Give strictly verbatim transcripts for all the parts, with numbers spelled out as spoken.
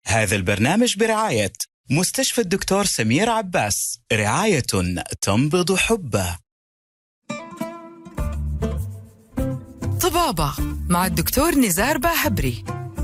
هذا البرنامج برعاية مستشفى الدكتور سمير عباس، رعاية تنبض حبه. طبابة مع الدكتور نزار باحبري.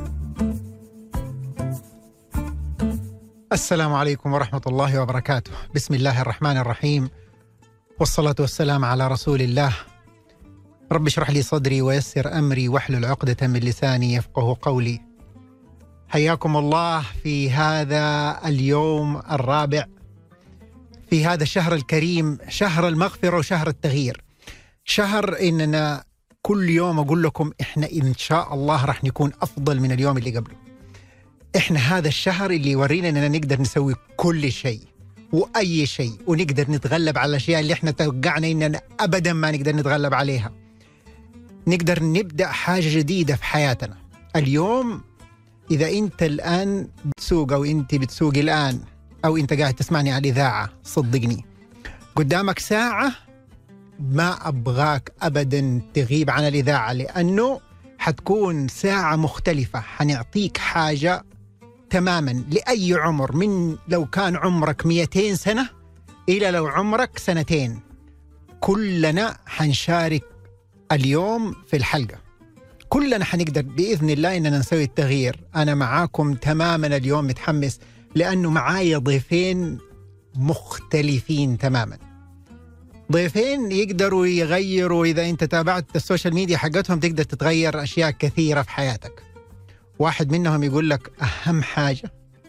السلام عليكم ورحمة الله وبركاته. بسم الله الرحمن الرحيم، والصلاة والسلام على رسول الله. رب اشرح لي صدري ويسر أمري واحلل عقدة من لساني يفقه قولي. حياكم الله في هذا اليوم الرابع في هذا الشهر الكريم، شهر المغفرة وشهر التغيير، شهر إننا كل يوم أقول لكم إحنا إن شاء الله رح نكون أفضل من اليوم اللي قبله. إحنا هذا الشهر اللي يورينا إننا نقدر نسوي كل شيء وأي شيء، ونقدر نتغلب على الأشياء اللي إحنا توقعنا إننا أبدا ما نقدر نتغلب عليها. نقدر نبدأ حاجة جديدة في حياتنا اليوم. إذا أنت الآن بتسوق أو أنت بتسوق الآن أو أنت قاعد تسمعني على الإذاعة، صدقني قدامك ساعة ما أبغاك أبدا تغيب عن الإذاعة، لأنه حتكون ساعة مختلفة. حنعطيك حاجة تماما لأي عمر، من لو كان عمرك مئتين سنة إلى لو عمرك سنتين، كلنا حنشارك اليوم في الحلقة. كلنا حنقدر بإذن الله إننا نسوي التغيير. أنا معاكم تماما اليوم، متحمس لأنه معايا ضيفين مختلفين تماما، ضيفين يقدروا يغيروا. إذا أنت تابعت السوشيال ميديا حقتهم تقدر تتغير أشياء كثيرة في حياتك. واحد منهم يقول لك أهم حاجة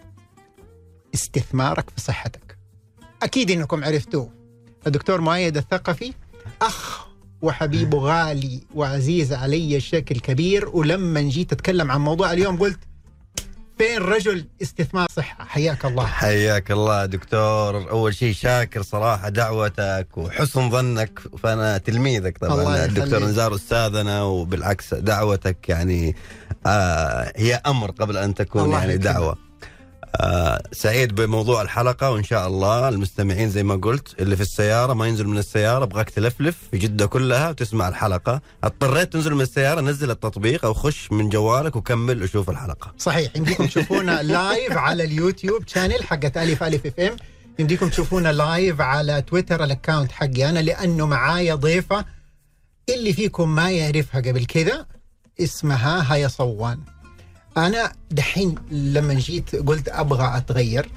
استثمارك في صحتك. أكيد إنكم عرفتوه، الدكتور مؤيد الثقفي، أخ وحبيب غالي وعزيز علي الشكل كبير. ولما جيت أتكلم عن موضوع اليوم قلت فين رجل استثمار صحة. حياك الله. حياك الله دكتور. أول شيء شاكر صراحة دعوتك وحسن ظنك، فأنا تلميذك طبعا. الدكتور نزار أستاذنا، وبالعكس دعوتك يعني آه هي أمر قبل أن تكون يعني دعوة. آه سعيد بموضوع الحلقة، وإن شاء الله المستمعين زي ما قلت اللي في السيارة ما ينزل من السيارة، أبغاك تلفلف في جدة كلها وتسمع الحلقة. اضطريت تنزل من السيارة، نزل التطبيق أو خش من جوالك وكمل وشوف الحلقة. صحيح، يمديكم تشوفونا لايف على اليوتيوب شانل حقت ألف ألف اف ام، يمديكم تشوفونا لايف على تويتر الأكاونت حقي أنا، لأنه معايا ضيفة اللي فيكم ما يعرفها قبل كذا، اسمها هيا صوان. أنا دحين لما جيت قلت أبغى أتغير،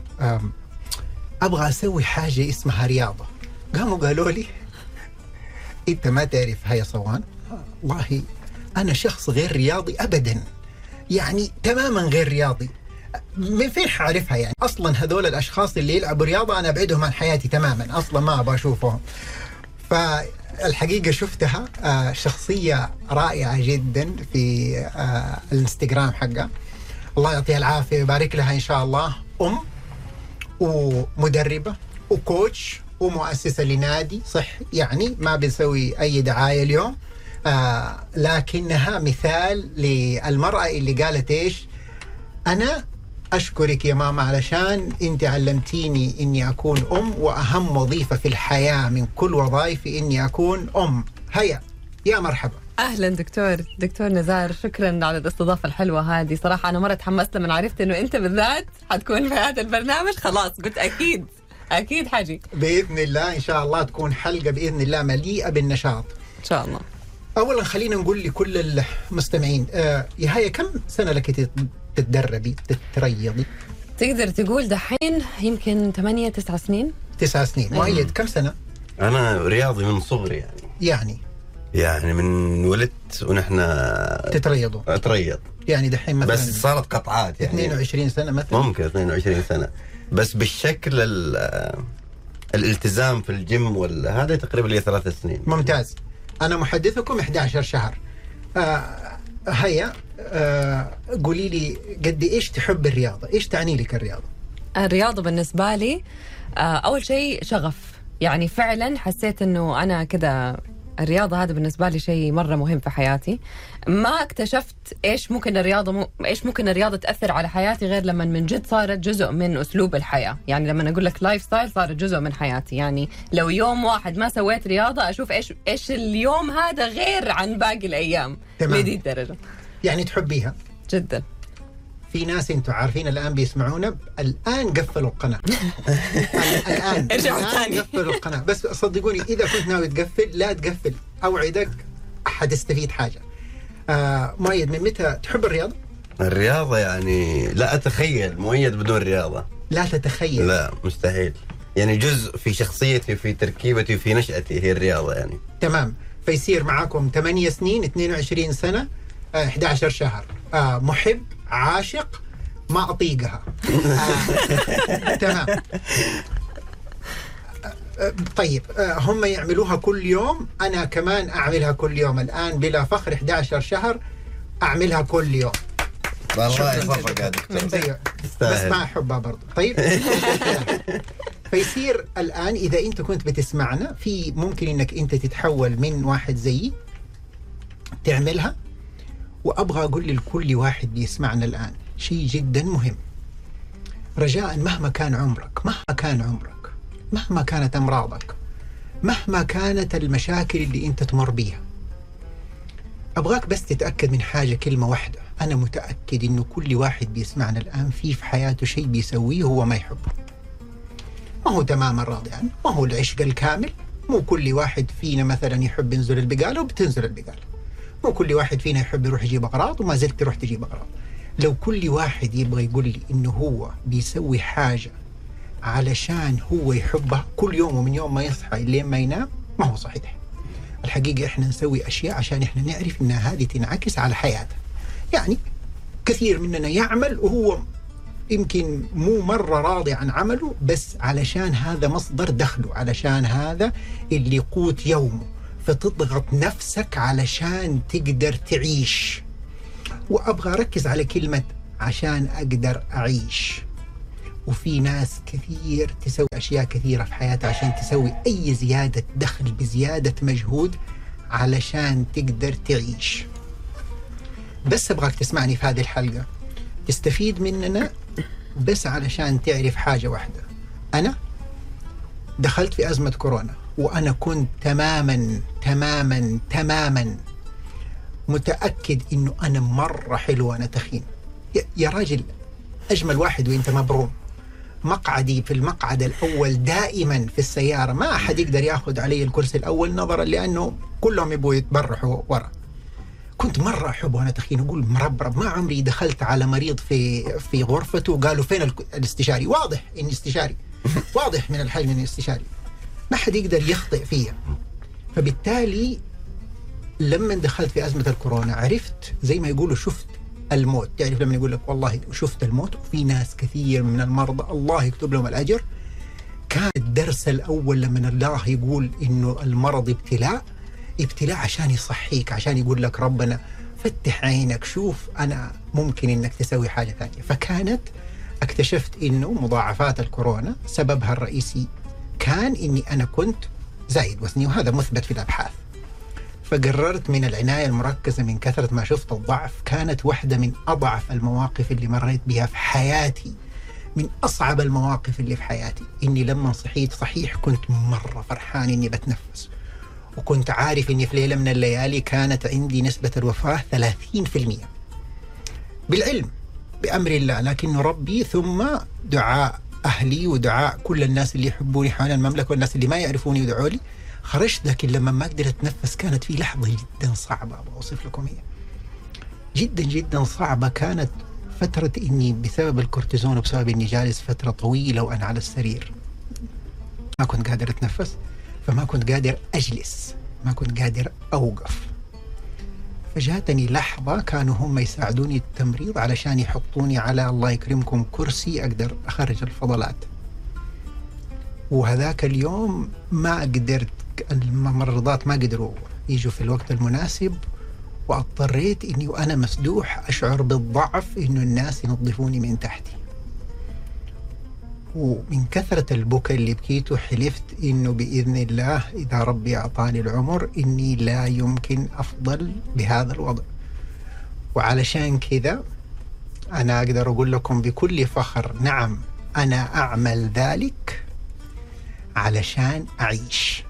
أبغى أسوي حاجة اسمها رياضة. قاموا قالوا لي أنت ما تعرف هيا صوان؟ والله أنا شخص غير رياضي أبدا، يعني تماما غير رياضي. من فين حعرفها يعني؟ أصلا هذول الأشخاص اللي يلعبوا رياضة أنا أبعدهم عن حياتي تماما، أصلا ما أبغى أشوفهم. فالحقيقة شفتها شخصية رائعة جدا في الانستغرام حقها، الله يعطيها العافية ويبارك لها إن شاء الله. أم ومدربة وكوتش ومؤسسة لنادي صح، يعني ما بنسوي أي دعاية اليوم، آه لكنها مثال للمرأة اللي قالت إيش: أنا أشكرك يا ماما علشان أنت علمتيني إني أكون أم، وأهم وظيفة في الحياة من كل وظائفي إني أكون أم. هيا يا مرحبا. أهلا دكتور دكتور نزار، شكرا على الاستضافة الحلوة هذه. صراحة أنا مرة تحمست لما عرفت إنه أنت بالذات حتكون في هذا البرنامج. خلاص قلت أكيد أكيد حاجي بإذن الله. إن شاء الله تكون حلقة بإذن الله مليئة بالنشاط إن شاء الله. أولا خلينا نقول لكل المستمعين، آه يا هيا كم سنة لك تتدربي تتريضي؟ تقدر تقول دحين يمكن ثمانية تسعة سنين. تسعة سنين. مؤيد كم سنة؟ أنا رياضي من صغري يعني يعني يعني من ولدت ونحن تتريضوا. أتريض يعني دحين مثلا بس صارت قطعات يعني اثنين وعشرين سنة مثلا، ممكن اثنين وعشرين سنة، بس بالشكل الالتزام في الجيم وهذا تقريبا لي ثلاث سنين. ممتاز. أنا محدثكم إحدى عشر شهر. آه هيا آه قولي لي قد إيش تحب الرياضة؟ إيش تعني لك الرياضة؟ الرياضة بالنسبة لي آه أول شيء شغف، يعني فعلا حسيت إنه أنا كده الرياضة هذا بالنسبة لي شيء مرة مهم في حياتي. ما اكتشفت إيش ممكن الرياضة م... إيش ممكن الرياضة تأثر على حياتي غير لما من جد صارت جزء من أسلوب الحياة. يعني لما أقول لك لايف ستايل صارت جزء من حياتي. يعني لو يوم واحد ما سويت رياضة أشوف إيش إيش اليوم هذا غير عن باقي الأيام. تمام. لدي الدرجة يعني تحبيها جدا. في ناس انتم عارفين الآن بيسمعونا الآن قفلوا القناة. الآن الآن قفلوا القناة. بس صدقوني إذا كنت ناوي تقفل لا تقفل، أوعدك حتستفيد حاجة. آه مؤيد، من متى تحب الرياضة؟ الرياضة يعني لا أتخيل مؤيد بدون رياضة. لا تتخيل؟ لا مستحيل، يعني جزء في شخصيتي في تركيبتي في نشأتي هي الرياضة يعني. تمام. فيصير معاكم ثمانية سنين، اثنين وعشرين سنة، آه أحد عشر شهر، آه محب عاشق ما أطيقها. آه تمام. آه طيب، آه هم يعملوها كل يوم، أنا كمان أعملها كل يوم الآن بلا فخر. أحد عشر شهر أعملها كل يوم. والله يصفق يا دكتور. بس ما أحبها برضو. طيب. فيصير الآن إذا أنت كنت بتسمعنا، في ممكن إنك أنت تتحول من واحد زيي تعملها. وأبغى أقول لكل واحد بيسمعنا الآن شيء جدا مهم، رجاء، مهما كان عمرك، مهما كان عمرك، مهما كانت أمراضك، مهما كانت المشاكل اللي أنت تمر بيها، أبغاك بس تتأكد من حاجة، كلمة واحدة. أنا متأكد إنه كل واحد بيسمعنا الآن في في حياته شيء بيسويه هو ما يحبه. ما هو تماما راضي عنه، ما هو العشق الكامل. مو كل واحد فينا مثلا يحب ينزل البقالة وبتنزل البقالة. مو كل واحد فينا يحب يروح يجيب أغراض وما زلت تروح تجيب أغراض. لو كل واحد يبغى يقول لي إنه هو بيسوي حاجة علشان هو يحبها كل يوم ومن يوم ما يصحى لين ما ينام، ما هو صحيح. الحقيقة إحنا نسوي أشياء عشان إحنا نعرف إن هذه تنعكس على حياته. يعني كثير مننا يعمل وهو يمكن مو مرة راضي عن عمله، بس علشان هذا مصدر دخله، علشان هذا اللي قوت يومه، فتضغط نفسك علشان تقدر تعيش. وأبغى أركز على كلمة عشان أقدر أعيش. وفي ناس كثير تسوي أشياء كثيرة في حياتها عشان تسوي أي زيادة دخل بزيادة مجهود علشان تقدر تعيش. بس أبغاك تسمعني في هذه الحلقة، تستفيد مننا بس علشان تعرف حاجة واحدة. أنا دخلت في أزمة كورونا وأنا كنت تماما تماما تماما متأكد إنه أنا مرة حلو أنا تخين. يا راجل، أجمل واحد وإنت مبروم. مقعدي في المقعد الأول دائما في السيارة، ما أحد يقدر يأخذ علي الكرسي الأول نظرا لأنه كلهم يبغوا يتبرحوا ورا. كنت مرة أحب وأنا تخين، أقول مربرب. ما عمري دخلت على مريض في في غرفته وقالوا فين الاستشاري. واضح إني استشاري، واضح من الحجم إني استشاري، ما حد يقدر يخطئ فيها. فبالتالي لما دخلت في أزمة الكورونا عرفت زي ما يقولوا شفت الموت. تعرف لما يقول لك والله شفت الموت. وفي ناس كثير من المرضى الله يكتب لهم الأجر، كان الدرس الأول لما الله يقول إنه المرض ابتلاء، ابتلاء عشان يصحيك، عشان يقول لك ربنا فتح عينك، شوف أنا ممكن إنك تسوي حاجة ثانية. فكانت اكتشفت إنه مضاعفات الكورونا سببها الرئيسي كان إني أنا كنت زايد وزني، وهذا مثبت في الأبحاث. فقررت من العناية المركزة من كثرة ما شفت الضعف، كانت واحدة من أضعف المواقف اللي مريت بها في حياتي، من أصعب المواقف اللي في حياتي. إني لما صحيت صحيح كنت مرة فرحان إني بتنفس، وكنت عارف إني في ليلة من الليالي كانت عندي نسبة الوفاة ثلاثين بالمئة بالعلم بأمر الله، لكن ربي ثم دعاء أهلي ودعاء كل الناس اللي يحبوني حول المملكة والناس اللي ما يعرفوني ودعوا لي، خرجت. لكن لما ما قدرت أتنفس كانت في لحظة جدا صعبة، بوصف لكم هي جدا جدا صعبة. كانت فترة إني بسبب الكورتيزون وبسبب إني جالس فترة طويلة وأنا على السرير ما كنت قادر أتنفس، فما كنت قادر أجلس، ما كنت قادر أوقف. فجاتني لحظة كانوا هم يساعدوني التمريض علشان يحطوني على الله يكرمكم كرسي أقدر أخرج الفضلات. وهذاك اليوم ما قدرت، الممرضات ما قدروا يجوا في الوقت المناسب، واضطريت إني وأنا مسدوح أشعر بالضعف إنه الناس ينظفوني من تحتي. ومن كثرة البكاء اللي بكيته حلفت إنه بإذن الله إذا ربي أعطاني العمر إني لا يمكن أفضل بهذا الوضع. وعلشان كذا أنا أقدر أقول لكم بكل فخر نعم أنا أعمل ذلك علشان أعيش.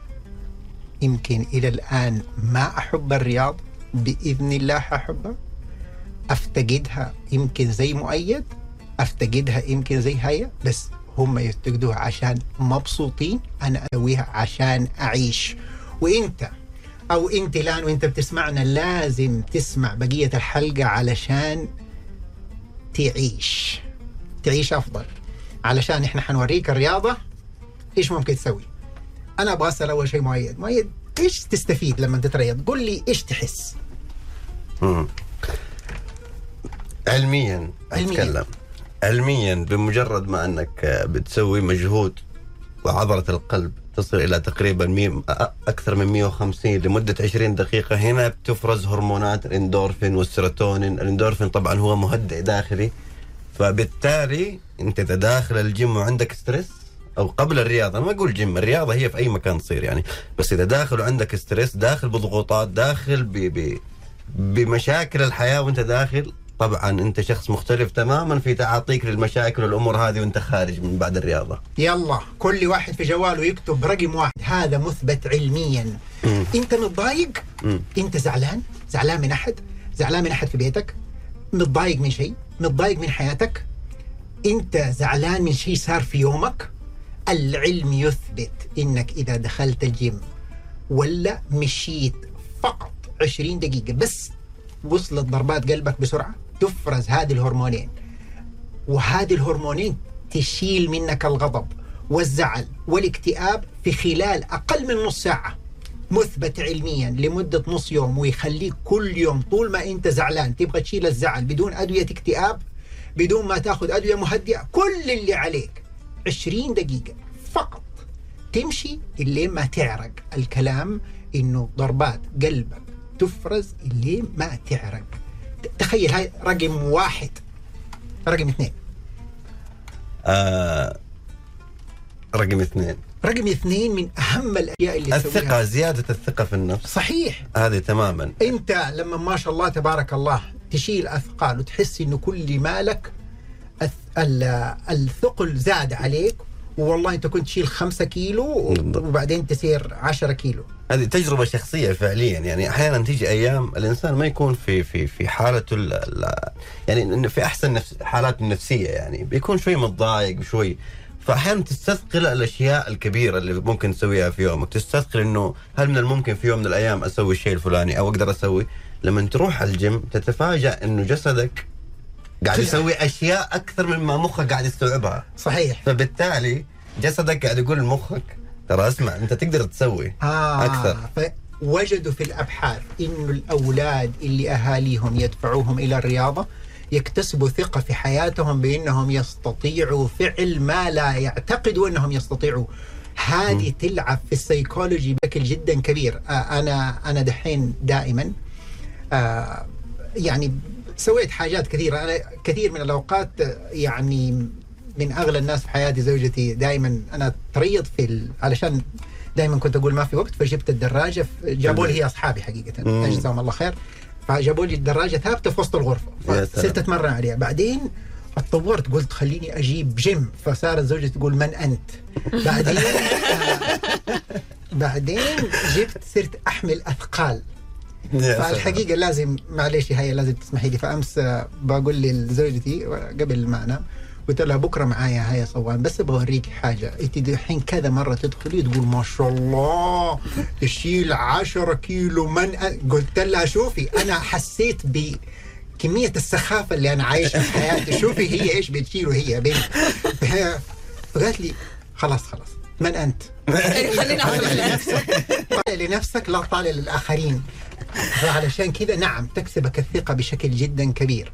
يمكن إلى الآن ما أحب الرياض، بإذن الله أحبها، أفتقدها يمكن زي مؤيد، أفتقدها يمكن زي هيا، بس هم يفتقدوها عشان مبسوطين، أنا أسويها عشان أعيش. وإنت أو إنت الآن وإنت بتسمعنا لازم تسمع بقية الحلقة علشان تعيش تعيش أفضل، علشان إحنا حنوريك الرياضة إيش ممكن تسوي. أنا أبغى أسأل أول شيء مؤيد، مؤيد إيش تستفيد لما تتريض؟ قل لي إيش تحس. مم. علميا أتكلم علميا بمجرد ما أنك بتسوي مجهود وعضلة القلب تصل إلى تقريبا مي... أكثر من مئة وخمسين لمدة عشرين دقيقة، هنا بتفرز هرمونات الاندورفين والسيروتونين. الاندورفين طبعا هو مهدئ داخلي، فبالتالي أنت إذا داخل الجيم وعندك ستريس أو قبل الرياضة، ما أقول جيم، الرياضة هي في أي مكان تصير يعني، بس إذا داخل وعندك ستريس، داخل بضغوطات، داخل ب... ب... بمشاكل الحياة وأنت داخل، طبعا انت شخص مختلف تماما في تعاطيك للمشاكل والامور هذه وانت خارج من بعد الرياضه. يلا كل واحد في جواله يكتب رقم واحد، هذا مثبت علميا. م. انت متضايق؟ م. انت زعلان؟ زعلان من احد؟ زعلان من احد في بيتك؟ متضايق من شيء؟ متضايق من حياتك؟ انت زعلان من شيء صار في يومك؟ العلم يثبت انك اذا دخلت الجيم ولا مشيت فقط عشرين دقيقه بس، وصلت ضربات قلبك بسرعة، تفرز هذه الهرمونين، وهذه الهرمونين تشيل منك الغضب والزعل والاكتئاب في خلال أقل من نص ساعة، مثبت علميا لمدة نص يوم، ويخليك كل يوم طول ما أنت زعلان تبغى تشيل الزعل بدون أدوية اكتئاب، بدون ما تأخذ أدوية مهدئة، كل اللي عليك عشرين دقيقة فقط تمشي اللي ما تعرق. الكلام إنه ضربات قلبك تفرز اللي ما تعرق. تخيل، هاي رقم واحد. رقم اثنين آه رقم اثنين رقم اثنين من أهم الأشياء اللي الثقة تسويها. زيادة الثقة في النفس. صحيح، هذه تماما. أنت لما ما شاء الله تبارك الله تشيل أثقال وتحس إنه كل مالك الثقل زاد عليك، والله أنت كنت تشيل خمسة كيلو وبعدين تصير عشرة كيلو. هذه تجربة شخصية فعليا، يعني أحيانا تيجي أيام الإنسان ما يكون في في في حالته يعني في أحسن نفس حالاته النفسية، يعني بيكون شوي متضايق شوي، فأحيانا تستثقل الأشياء الكبيرة اللي ممكن تسويها في يومك، تستثقل إنه هل من الممكن في يوم من الأيام أسوي الشيء الفلاني أو أقدر أسوي. لما تروح الجيم تتفاجأ إنه جسدك قاعد يسوي أشياء أكثر مما مخك قاعد يستوعبها. صحيح. فبالتالي جسدك قاعد يقول لمخك ترى اسمع أنت تقدر تسوي آه أكثر. فوجدوا في الأبحاث إنه الأولاد اللي أهاليهم يدفعوهم إلى الرياضة يكتسبوا ثقة في حياتهم بأنهم يستطيعوا فعل ما لا يعتقدوا أنهم يستطيعوا. هذه تلعب في السيكولوجي بشكل جدا كبير. آه أنا أنا دحين دائما آه يعني سويت حاجات كثيرة. أنا كثير من الأوقات يعني من أغلى الناس في حياتي زوجتي، دائما أنا تريض في ال... علشان دائما كنت أقول ما في وقت، فجبت الدراجة، جابوا لي هي أصحابي حقيقة جزاهم الله خير، فجابوا لي الدراجة ثابتة في وسط الغرفة، فصرت أتمرن عليها. بعدين اتطورت قلت خليني أجيب جيم، فصارت زوجتي تقول من أنت. بعدين آه بعدين جبت صرت أحمل أثقال. فالحقيقة لازم معلش هي لازم تسمحي لي، فأمس بقول لزوجتي قبل ما أنام قلت لها بكرة معايا هيا صوان، بس بوريك حاجة، انت الحين كذا مرة تدخلي تقول ما شاء الله تشيل عشرة كيلو من أ... قلت لها شوفي أنا حسيت بكمية السخافة اللي أنا عايشها في حياتي، شوفي هي إيش بتشيل وهي بنت. فقالت لي خلاص خلاص من أنت؟ خلينا لنفسك، طالع لنفسك لا طالع للآخرين. فعلشان كذا نعم تكسبك الثقة بشكل جدا كبير.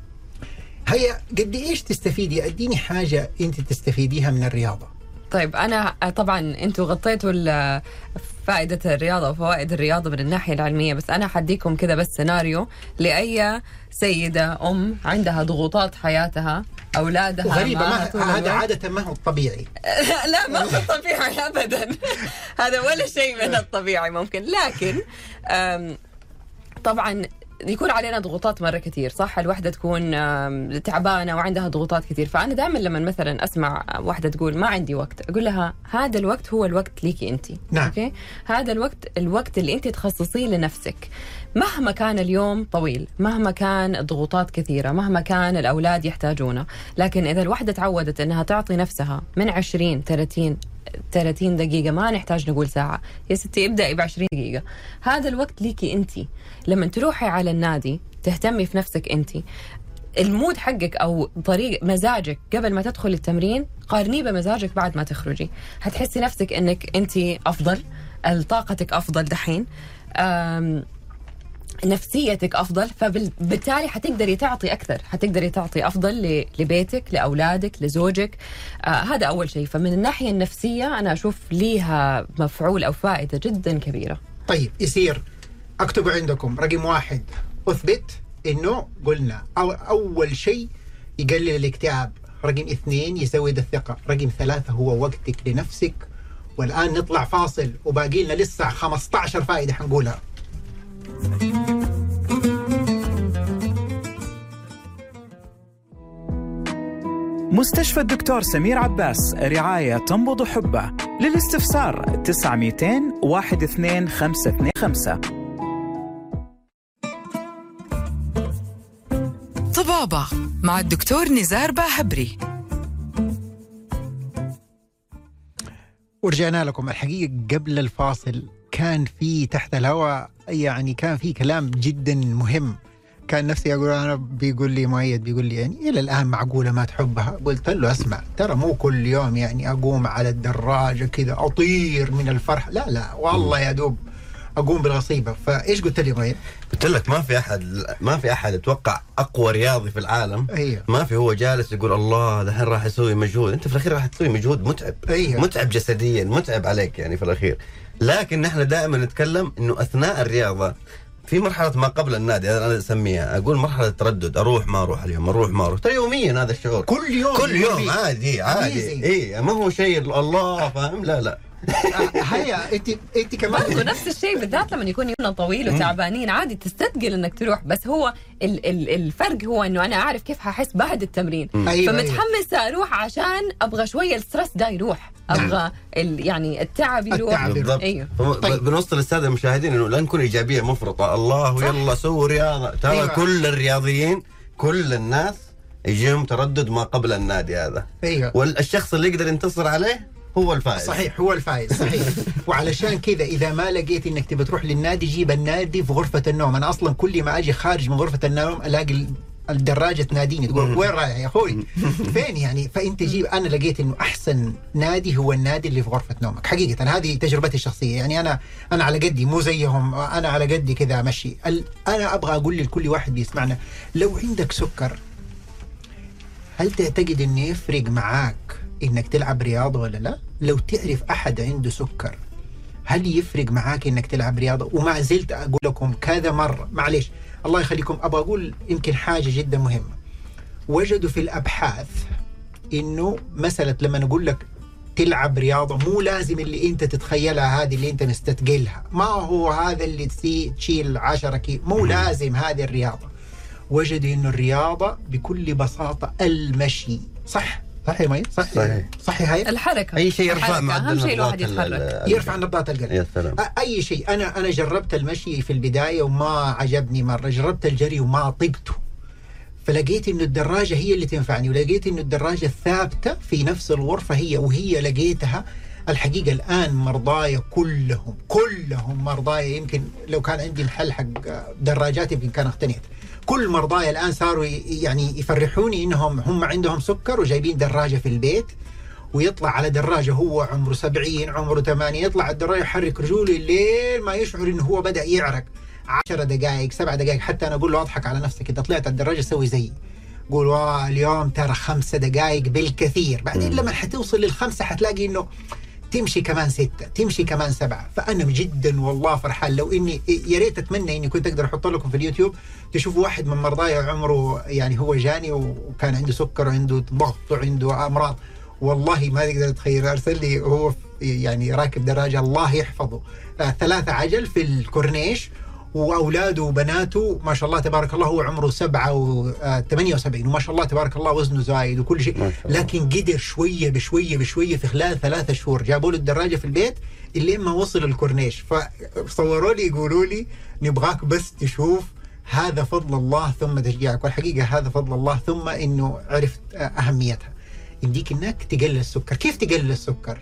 هيا قد ايش تستفيدي؟ اديني حاجه انت تستفيديها من الرياضه. طيب انا طبعا انتم غطيتوا فائده الرياضه وفوائد الرياضه من الناحيه العلميه، بس انا حديكم كذا بس سيناريو لاي سيده ام عندها ضغوطات حياتها، اولادها غريبه، ما هذا عاده ما هو الطبيعي. لا ما هو الطبيعي ابدا، هذا ولا شيء من الطبيعي ممكن، لكن طبعا يكون علينا ضغوطات مرة كتير، صح؟ الوحدة تكون تعبانة وعندها ضغوطات كتير، فأنا دائما لما مثلا أسمع واحدة تقول ما عندي وقت، أقول لها هذا الوقت هو الوقت ليكي أنت. نعم. أوكي؟ هذا الوقت الوقت اللي أنت تخصصيه لنفسك، مهما كان اليوم طويل، مهما كان ضغوطات كثيرة، مهما كان الأولاد يحتاجونه، لكن إذا الوحدة تعودت أنها تعطي نفسها من عشرين ثلاثين ثلاثين دقيقة، ما نحتاج نقول ساعة، يا ستي ابدأي بعشرين دقيقة، هذا الوقت ليكي أنت. لما تروحي على النادي تهتمي في نفسك أنت، المود حقك أو طريق مزاجك قبل ما تدخل التمرين قارنيه بمزاجك بعد ما تخرجي، هتحسي نفسك أنك أنت أفضل، طاقتك أفضل دحين، نفسيتك أفضل، فبالتالي حتقدري تعطي أكثر، حتقدري تعطي أفضل لبيتك، لأولادك، لزوجك. آه هذا أول شيء. فمن الناحية النفسية أنا أشوف ليها مفعول أو فائدة جدا كبيرة. طيب يصير أكتبوا عندكم رقم واحد، أثبت إنه قلنا أو أول شيء يقلل الاكتئاب، رقم اثنين يزود الثقة، رقم ثلاثة هو وقتك لنفسك. والآن نطلع فاصل وباقي لنا لسه خمسة عشر فائدة حنقولها. مستشفى الدكتور سمير عباس، رعاية تنبض حبه. للاستفسار تسعة مئتين واحد اثنين خمسة اثنين خمسة. طبابة مع الدكتور نزار باحبري. ورجعنا لكم. الحقيقة قبل الفاصل كان في تحت الهواء يعني كان في كلام جدا مهم، كان نفسي أقول أنا، بيقول لي مؤيد بيقول لي يعني إلى الآن معقولة ما تحبها؟ قلت له أسمع، ترى مو كل يوم يعني أقوم على الدراجة كذا أطير من الفرح، لا لا والله يا دوب أقوم بالغصيبة. فإيش قلت لي مؤيد؟ قلت لك ما في أحد ما في أحد أتوقع أقوى رياضي في العالم. أيوه. ما في هو جالس يقول الله دحين راح يسوي مجهود، أنت في الأخير راح تسوي مجهود متعب. أيوه. متعب جسديا، متعب عليك يعني في الأخير. لكن نحن دائما نتكلم إنه أثناء الرياضة في مرحلة ما قبل النادي، أنا أسميها أقول مرحلة تردد، أروح ما أروح اليوم، أروح ما أروح، ترى يوميا هذا الشعور، كل يوم كل يوم عادي عادي. إيه ما هو شيء الله فاهم، لا لا هيا انت انت كمان برضه نفس الشيء، بالذات لما يكون يومنا طويل وتعبانين عادي تستثقل انك تروح، بس هو ال ال الفرق هو انه انا اعرف كيف ححس بعد التمرين. أيوة فمتحمسه أيوة. اروح عشان ابغى شويه الستريس ده يروح، ابغى يعني التعب يروح. التعب. ايوه. طيب. بنوصل للساده المشاهدين انه لا نكون ايجابيه مفرطه، الله يلا سووا رياضه، ترى أيوة. كل الرياضيين كل الناس يجيهم تردد ما قبل النادي هذا. ايوه. والشخص اللي يقدر ينتصر عليه هو الفائز. صحيح هو الفائز صحيح. وعلشان كذا إذا ما لقيت إنك تبي تروح للنادي، جيب النادي في غرفة النوم. أنا أصلا كل ما أجي خارج من غرفة النوم ألاقي الدراجة تناديني تقول وين رايح يا أخوي فين يعني. فأنت جيب، أنا لقيت إنه أحسن نادي هو النادي اللي في غرفة نومك حقيقة. هذه تجربتي الشخصية يعني، أنا أنا على قدي مو زيهم، أنا على قدي كذا أمشي. أنا أبغى أقول لكل واحد بيسمعنا، لو عندك سكر هل تعتقد إنه يفرق معاك إنك تلعب رياضة ولا لا؟ لو تعرف أحد عنده سكر هل يفرق معاك إنك تلعب رياضة؟ وما زلت أقول لكم كذا مرة، معليش الله يخليكم أبغى أقول يمكن حاجة جدا مهمة. وجدوا في الأبحاث إنه مثلا لما نقول لك تلعب رياضة، مو لازم اللي أنت تتخيلها هذه اللي أنت مستثقلها، ما هو هذا اللي تشيل عشرة كيلو، مو لازم هذه الرياضة. وجدوا إنه الرياضة بكل بساطة المشي. صح صحيح ما صح صحيح صحيح هاي الحركه، اي شيء يرفع معدل اهم شيء الواحد يتحرك، يرفع نبضات القلب. يا سلام. اي شيء. انا انا جربت المشي في البدايه وما عجبني مره، جربت الجري وما طقته، فلقيت انه الدراجه هي اللي تنفعني، ولقيت انه الدراجه الثابته في نفس الغرفه هي وهي لقيتها. الحقيقه الان مرضايا كلهم كلهم مرضايا، يمكن لو كان عندي محل حق دراجات يمكن كان اقتنيت. كل مرضايا الآن صاروا يعني يفرحوني إنهم هم عندهم سكر وجايبين دراجة في البيت، ويطلع على دراجة هو عمره سبعين عمره ثمانين، يطلع الدراجة يحرك رجوله الليل ما يشعر إنه هو بدأ يعرق. عشر دقائق سبع دقائق، حتى أنا أقول له أضحك على نفسك إذا طلعت الدراجة سوي زي، قول واه اليوم ترى خمسة دقائق بالكثير. بعدين لما حتوصل للخمسة حتلاقي إنه تمشي كمان ستة، تمشي كمان سبعة. فأنا جدا والله فرحان. لو إني يا ريت أتمنى إني كنت أقدر أحط لكم في اليوتيوب تشوفوا واحد من مرضاي عمره يعني هو جاني وكان عنده سكر وعنده ضغط وعنده أمراض، والله ما تقدر تتخيل. أرسل لي هو يعني راكب دراجة الله يحفظه آه ثلاثة عجل في الكورنيش، واولاده وبناته ما شاء الله تبارك الله هو عمره سبعة وثمانية وسبعين وما شاء الله تبارك الله وزنه زايد وكل شيء، لكن قدر شويه بشويه بشويه في خلال ثلاثة شهور جابوا له الدراجه في البيت اللي ما وصل الكورنيش. فصوروا لي يقولوا لي نبغاك بس تشوف هذا فضل الله ثم تشجيعك، والحقيقه هذا فضل الله ثم انه عرفت اهميتها. يديك انك تقلل السكر. كيف تقلل السكر؟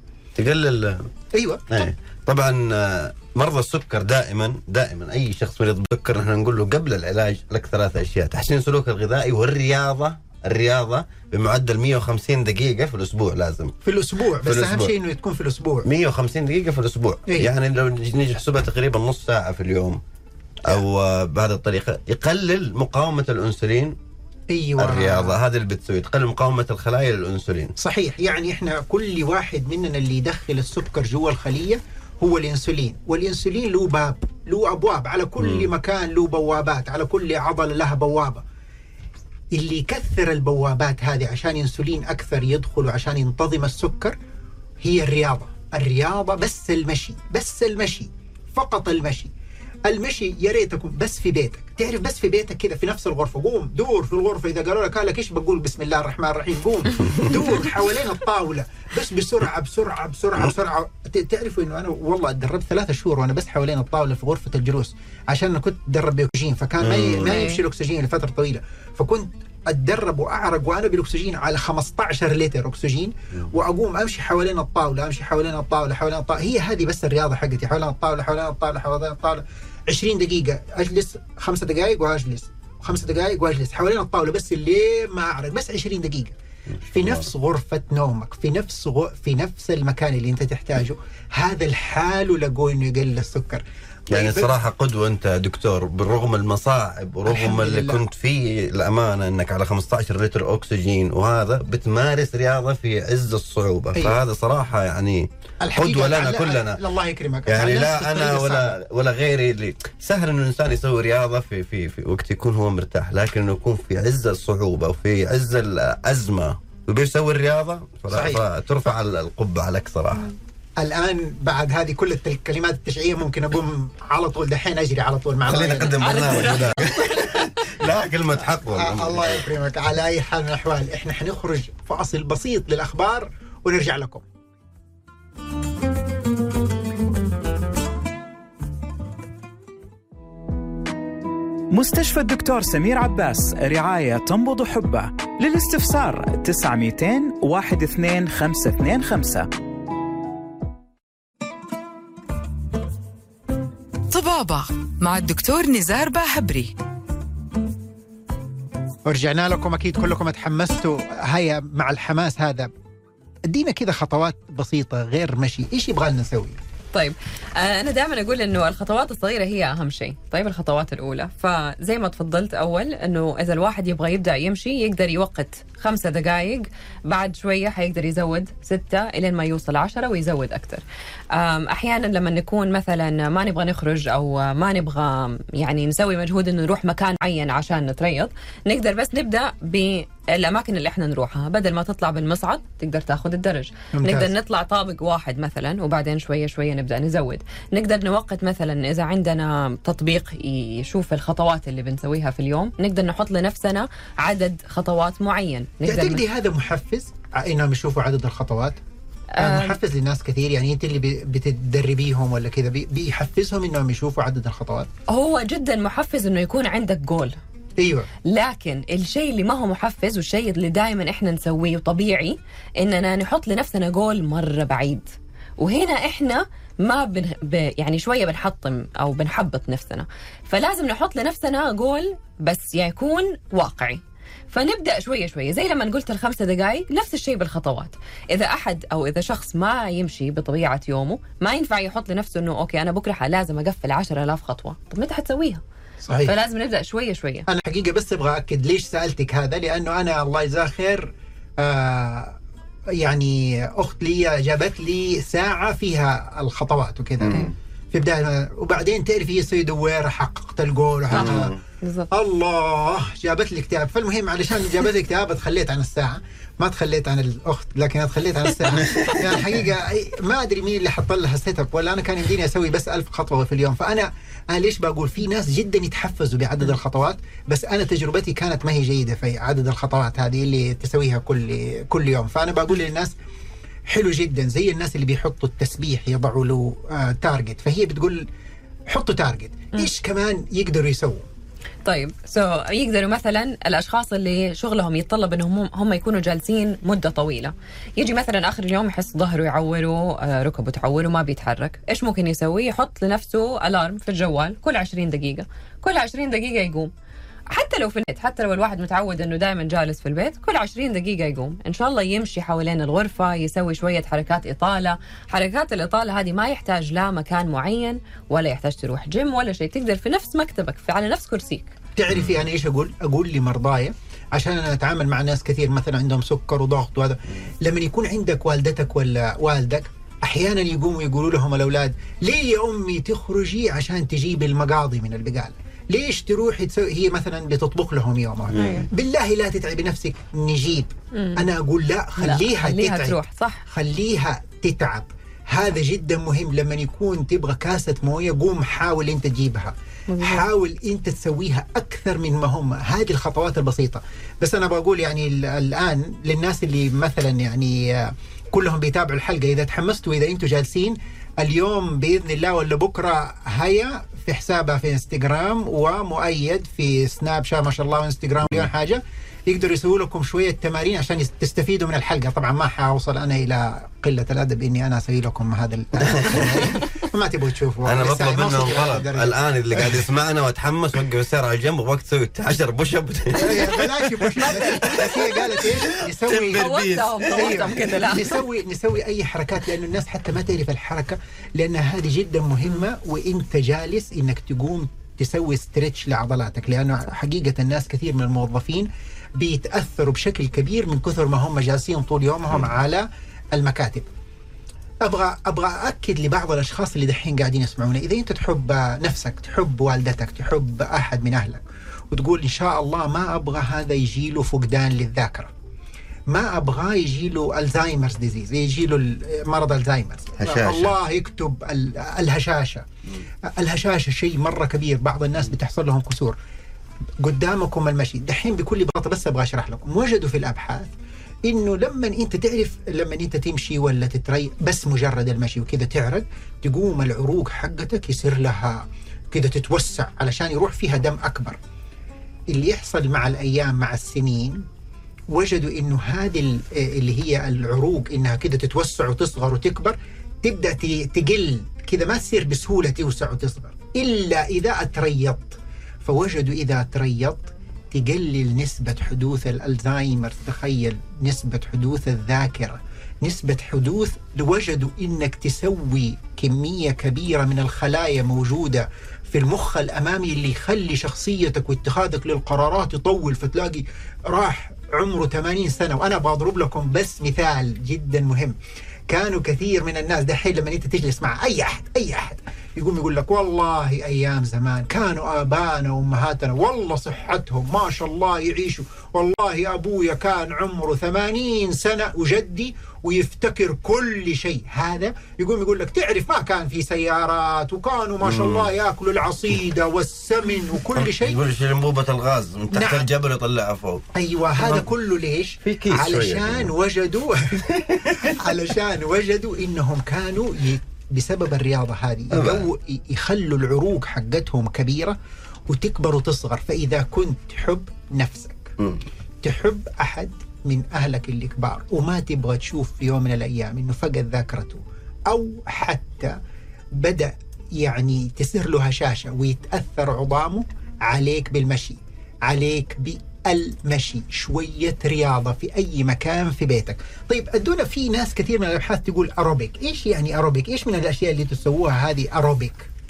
تقلل ايوه ايه. طبعا مرضى السكر دائما دائما اي شخص مريض بالسكر نحن نقول له قبل العلاج لك ثلاث اشياء: تحسين السلوك الغذائي والرياضه. الرياضه بمعدل مئة وخمسين دقيقه في الاسبوع لازم في الاسبوع، بس اهم شيء انه تكون في الاسبوع مئة وخمسين دقيقه في الاسبوع. إيه؟ يعني لو نيجي نحسبها تقريبا نص ساعه في اليوم او بهذه الطريقه يقلل مقاومه الانسولين. ايوه الرياضه هذه اللي بتسوي تقلل مقاومه الخلايا للانسولين. صحيح. يعني احنا كل واحد مننا اللي يدخل السكر جوا الخليه هو الانسولين، والانسولين له باب، له ابواب على كل م. مكان، له بوابات، على كل عضله لها بوابه. اللي يكثر البوابات هذه عشان انسولين اكثر يدخل وعشان ينتظم السكر هي الرياضه. الرياضه بس المشي، بس المشي، فقط المشي. المشي يا ريت تكون بس في بيتك، تعرف بس في بيتك كذا في نفس الغرفه، قوم دور في الغرفه. اذا قالوا لك لك ايش بقول بسم الله الرحمن الرحيم، قوم دور حوالين الطاوله بس بسرعه بسرعه بسرعه بسرعه. تعرفوا انه انا والله اتدربت ثلاثة شهور وانا بس حوالين الطاوله في غرفه الجلوس، عشان انا كنت اتدرب باكسجين، فكان ما ما يمشي الاكسجين لفتره طويله، فكنت اتدرب واعرق وانا بالاكسجين على خمسة عشر لتر اكسجين، واقوم امشي حوالين الطاوله امشي حوالين الطاوله حوالين الطاوله. هي هذه بس الرياضه حقتي، حوالين الطاوله حوالين الطاوله حوالين الطاوله. عشرين دقيقة أجلس، خمسة دقائق وأجلس، خمسة دقائق وأجلس حوالين الطاولة بس اللي ما أعرف، بس عشرين دقيقة في نفس غرفة نومك، في نفس غ... في نفس المكان اللي أنت تحتاجه. هذا الحال لقوا إنه يقلل السكر. يعني صراحة قدوة أنت دكتور، بالرغم المصاعب ورغم اللي لله. كنت فيه الأمانة أنك على خمسة عشر لتر أكسجين وهذا بتمارس رياضة في عز الصعوبة. أيه. فهذا صراحة يعني قدوة لنا كلنا. الله يكرمك. يعني لا أنا ولا ولا غيري اللي سهل إنه الإنسان يسوي رياضة في في في وقت يكون هو مرتاح، لكن إنه يكون في عز الصعوبة وفي عز الأزمة وبيسوي الرياضة فترفع القبعة لك صراحة. الآن بعد هذه كل الكلمات التشجيعية ممكن أقوم على طول دحين أجري على طول مع خلينا نقدم برنامج. لا كلمة حق والله. الله يكرمك. على أي حال من الأحوال إحنا حنخرج فاصل بسيط للأخبار ونرجع لكم. مستشفى الدكتور سمير عباس، رعاية تنبض حبه. للاستفسار تسعة مئتين واحد اثنين خمسة اثنين خمسة. طبابة مع الدكتور نزار باهبري. ورجعنا لكم. أكيد كلكم تحمستوا. هيا مع الحماس هذا ادينا كذا خطوات بسيطة غير مشي، إيش يبغى لنا نسوي؟ طيب أنا دائما أقول إنه الخطوات الصغيرة هي أهم شيء. طيب الخطوات الأولى، فزي ما تفضلت أول إنه إذا الواحد يبغى يبدأ يمشي يقدر يوقت خمسة دقائق، بعد شوية حيقدر يزود ستة إلين ما يوصل عشرة ويزود أكتر. أحيانا لما نكون مثلا ما نبغى نخرج أو ما نبغى يعني نسوي مجهود إنه نروح مكان معين عشان نتريض، نقدر بس نبدأ بالأماكن اللي إحنا نروحها. بدل ما تطلع بالمصعد تقدر تاخذ الدرج. ممتاز. نقدر نطلع طابق واحد مثلا وبعدين شوية شوية نبدأ نزود. نقدر نوقت مثلا إذا عندنا تطبيق يشوف الخطوات اللي بنسويها في اليوم، نقدر نحط لنفسنا عدد خطوات معين. تعتقدي هذا محفز انهم يشوفوا عدد الخطوات؟ أه محفز للناس كثير. يعني انت اللي بتدربيهم ولا كذا بيحفزهم انهم يشوفوا عدد الخطوات؟ هو جدا محفز انه يكون عندك جول. ايوه. لكن الشيء اللي ما هو محفز والشيء اللي دائما احنا نسويه طبيعي اننا نحط لنفسنا جول مره بعيد، وهنا احنا ما بن... ب... يعني شويه بنحطم او بنحبط نفسنا. فلازم نحط لنفسنا جول بس يكون واقعي. فنبدأ شوية شوية زي لما قلت الخمسة دقائق، نفس الشيء بالخطوات. إذا أحد أو إذا شخص ما يمشي بطبيعة يومه ما ينفع يحط لنفسه إنه أوكي أنا بكرة لازم أقفل عشرة آلاف خطوة. طب متى حتسويها؟ صحيح. فلازم نبدأ شوية شوية. أنا حقيقة بس أبغى أكد ليش سألتك هذا، لأنه أنا الله يجزاه خير آه يعني أخت لي جابت لي ساعة فيها الخطوات وكذا، في بداية، وبعدين تعرف هي يسوي دويرة حققت الجول وحققت الله جابت لي اكتئاب. فالمهم علشان جابت لي اكتئاب تخليت عن الساعة، ما تخليت عن الأخت لكن تخليت عن الساعة. يعني الحقيقة ما أدري مين اللي حط لها سيت اب، ولا أنا كان يمديني أسوي بس ألف خطوة في اليوم. فأنا أنا ليش بقول في ناس جدا يتحفزوا بعدد الخطوات، بس أنا تجربتي كانت ما هي جيدة في عدد الخطوات هذه اللي تسويها كل كل يوم. فأنا بقول للناس حلو جدا زي الناس اللي بيحطوا التسبيح يضعوا له آه تارجت، فهي بتقول حطوا تارجت، إيش كمان يقدروا يسووا؟ طيب سو so, يقدروا مثلا الاشخاص اللي شغلهم يتطلب انهم هم يكونوا جالسين مده طويله، يجي مثلا اخر اليوم يحس ظهره يعوره، ركبه تعوره، ما بيتحرك، ايش ممكن يسوي؟ يحط لنفسه الارم في الجوال كل عشرين دقيقه، كل عشرين دقيقه يقوم. حتى لو في البيت، حتى لو الواحد متعود انه دائما جالس في البيت، كل عشرين دقيقه يقوم، ان شاء الله يمشي حوالين الغرفه، يسوي شويه حركات اطاله. حركات الاطاله هذه ما يحتاج لا مكان معين، ولا يحتاج تروح جيم ولا شيء، تقدر في نفس مكتبك، في على نفس كرسيك. تعرفي انا ايش اقول؟ اقول لمرضاي، عشان انا اتعامل مع ناس كثير مثلا عندهم سكر وضغط وهذا، لما يكون عندك والدتك ولا والدك احيانا يقوموا يقولوا لهم الاولاد ليه يا امي تخرجي عشان تجيب المقاضي من البقاله؟ ليش تروحي تسوي؟ هي مثلا بتطبخ لهم يوم، بالله لا تتعبي نفسك نجيب. مم. انا اقول لا، خليها, لا خليها تتعب، تروح صح، خليها تتعب. هذا جدا مهم. لما يكون تبغى كاسة موية قوم حاول انت تجيبها، مم. حاول انت تسويها اكثر من ما هم. هذه الخطوات البسيطة. بس انا بقول يعني الان للناس اللي مثلا يعني كلهم بيتابعوا الحلقة، اذا تحمستوا، اذا انتم جالسين اليوم بإذن الله ولا بكرة، هيا في حسابها في انستغرام ومؤيد في سناب شات ما شاء الله وانستغرام مليون حاجة، يقدروا يسووا لكم شوية تمارين عشان تستفيدوا من الحلقة. طبعا ما حاوصل أنا إلى قلة الأدب إني أنا أسوي لكم هذا ما تبغوا تشوفوا. أنا بطلب منهم طلب الآن اللي قاعد يسمعنا وتحمس وقف السيارة على الجنب وبغاك تسوي عشر بوش اب. بلاش بوش اب. هي قالت إيش نسوي نسوي نسوي أي حركات، لأنه الناس حتى ما تعرف الحركة، لأن هذه جدا مهمة. وإنت جالس إنك تقوم تسوي ستريتش لعضلاتك، لأنه حقيقة الناس كثير من الموظفين بيتأثروا بشكل كبير من كثر ما هم جالسين طول يومهم على المكاتب. أبغى أبغى أكد لبعض الأشخاص اللي دحين قاعدين يسمعونا، إذا أنت تحب نفسك، تحب والدتك، تحب أحد من أهلك، وتقول إن شاء الله ما أبغى هذا يجيله فقدان للذاكرة، ما أبغى يجيله الزهايمرز ديزيز، يجيله مرض الزهايمرز، الله يكتب الهشاشة. الهشاشة شيء مرة كبير، بعض الناس بتحصل لهم كسور. قدامكم المشي دحين بكل بساطة، بس أبغى أشرح لكم. وجدوا في الأبحاث إنه لما أنت تعرف، لما أنت تمشي ولا تتري، بس مجرد المشي وكذا تعرق، تقوم العروق حقتك يصير لها كذا تتوسع علشان يروح فيها دم أكبر. اللي يحصل مع الأيام مع السنين، وجدوا إنه هذه اللي هي العروق إنها كذا تتوسع وتصغر وتكبر، تبدأ تقل كذا، ما تصير بسهولة توسع وتصغر إلا إذا أتريض. فوجدوا إذا أتريض تقلل نسبة حدوث الألزهايمر. تخيل نسبة حدوث الذاكرة، نسبة حدوث. وجدوا إنك تسوي كمية كبيرة من الخلايا موجودة في المخ الأمامي اللي يخلي شخصيتك واتخاذك للقرارات يطول، فتلاقي راح عمره ثمانين سنة. وأنا بضرب لكم بس مثال جدا مهم. كانوا كثير من الناس دحين لما انت تجلس مع اي احد اي احد يقوم يقول لك والله ايام زمان كانوا ابانا وامهاتنا والله صحتهم ما شاء الله يعيشوا، والله ابويا كان عمره ثمانين سنة وجدي ويفتكر كل شيء. هذا يقوم يقول لك تعرف ما كان في سيارات، وكانوا ما شاء الله ياكلوا العصيدة والسمن وكل شيء. يقول لك انبوبة الغاز من تحت نعم. الجبل يطلعها فوق. ايوه هذا كله ليش؟ علشان وجدوا علشان وجدوا انهم كانوا ي... بسبب الرياضة هذه يخلوا العروق حقتهم كبيرة وتكبر وتصغر. فإذا كنت تحب نفسك، م. تحب أحد من أهلك اللي كبار، وما تبغى تشوف في يوم من الأيام إنه فقد ذاكرته، أو حتى بدأ يعني تصير له هشاشة ويتأثر عظامه، عليك بالمشي، عليك بالمشي، شوية رياضة في أي مكان في بيتك. طيب أدونا في ناس كثير من الأبحاث تقول أروبيك. إيش يعني أروبيك؟ إيش من الأشياء اللي تسووها هذه أروبيك؟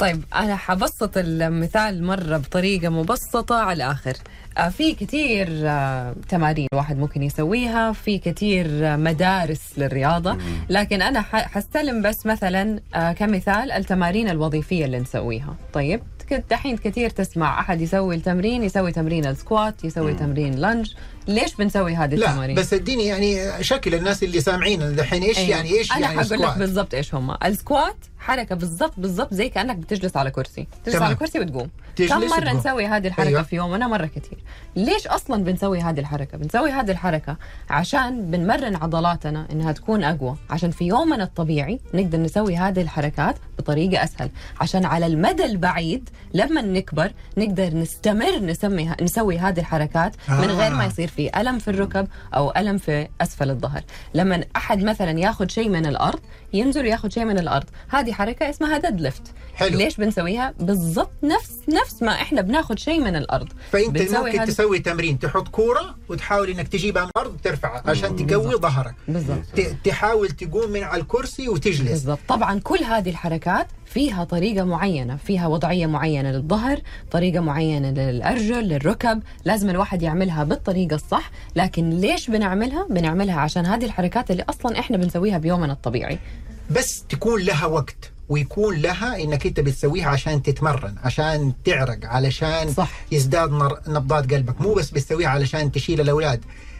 طيب أنا حبسط المثال مرة بطريقة مبسطة على الآخر. في كتير تمارين الواحد ممكن يسويها، في كتير مدارس للرياضة، لكن أنا حستلم بس مثلا كمثال التمارين الوظيفية اللي نسويها. طيب دحين كثير تسمع أحد يسوي التمرين، يسوي تمرين السكوات، يسوي تمرين لانج. ليش بنسوي هذه التمارين؟ لا بس اديني يعني شكل الناس اللي سامعين دحين ايش. أيوه. يعني ايش أنا يعني السكوات؟ أنا حقول لك بالضبط ايش هم. السكوات حركة بالضبط بالضبط زي كأنك بتجلس على كرسي، تجلس تمام. على كرسي وتقوم. كم مرة وتقوم. نسوي هذه الحركة أيوه. في يومنا مرة كثير. ليش أصلا بنسوي هذه الحركة؟ بنسوي هذه الحركة عشان بنمرن عضلاتنا إنها تكون أقوى، عشان في يومنا الطبيعي نقدر نسوي هذه الحركات بطريقة أسهل، عشان على المدى البعيد لما نكبر نقدر نستمر نسمي نسوي هذه الحركات آه. من غير ما يصير في ألم في الركب أو ألم في أسفل الظهر. لما أحد مثلا ياخذ شيء من الأرض، ينزل ياخذ شيء من الأرض، هذه حركة اسمها ديد ليفت. حلو. ليش بنسويها؟ بالضبط نفس نفس ما إحنا بناخذ شيء من الأرض. فأنت ممكن هاد... تسوي تمرين، تحط كورة وتحاول إنك تجيبها من الأرض وترفعها عشان تقوي ظهرك. بالضبط. تحاول تقوم من على الكرسي وتجلس. بالضبط. طبعا كل هذه الحركات فيها طريقة معينة، فيها وضعية معينة للظهر، طريقة معينة للأرجل، للركب، لازم الواحد يعملها بالطريقة الصح. لكن ليش بنعملها؟ بنعملها عشان هذه الحركات اللي أصلا إحنا بنسويها بيومنا الطبيعي، بس تكون لها وقت ويكون لها إنك أنت بتسويها عشان تتمرن، عشان تعرق، علشان صح. يزداد نبضات قلبك، مو بس بتسويها علشان تشيل الأولاد.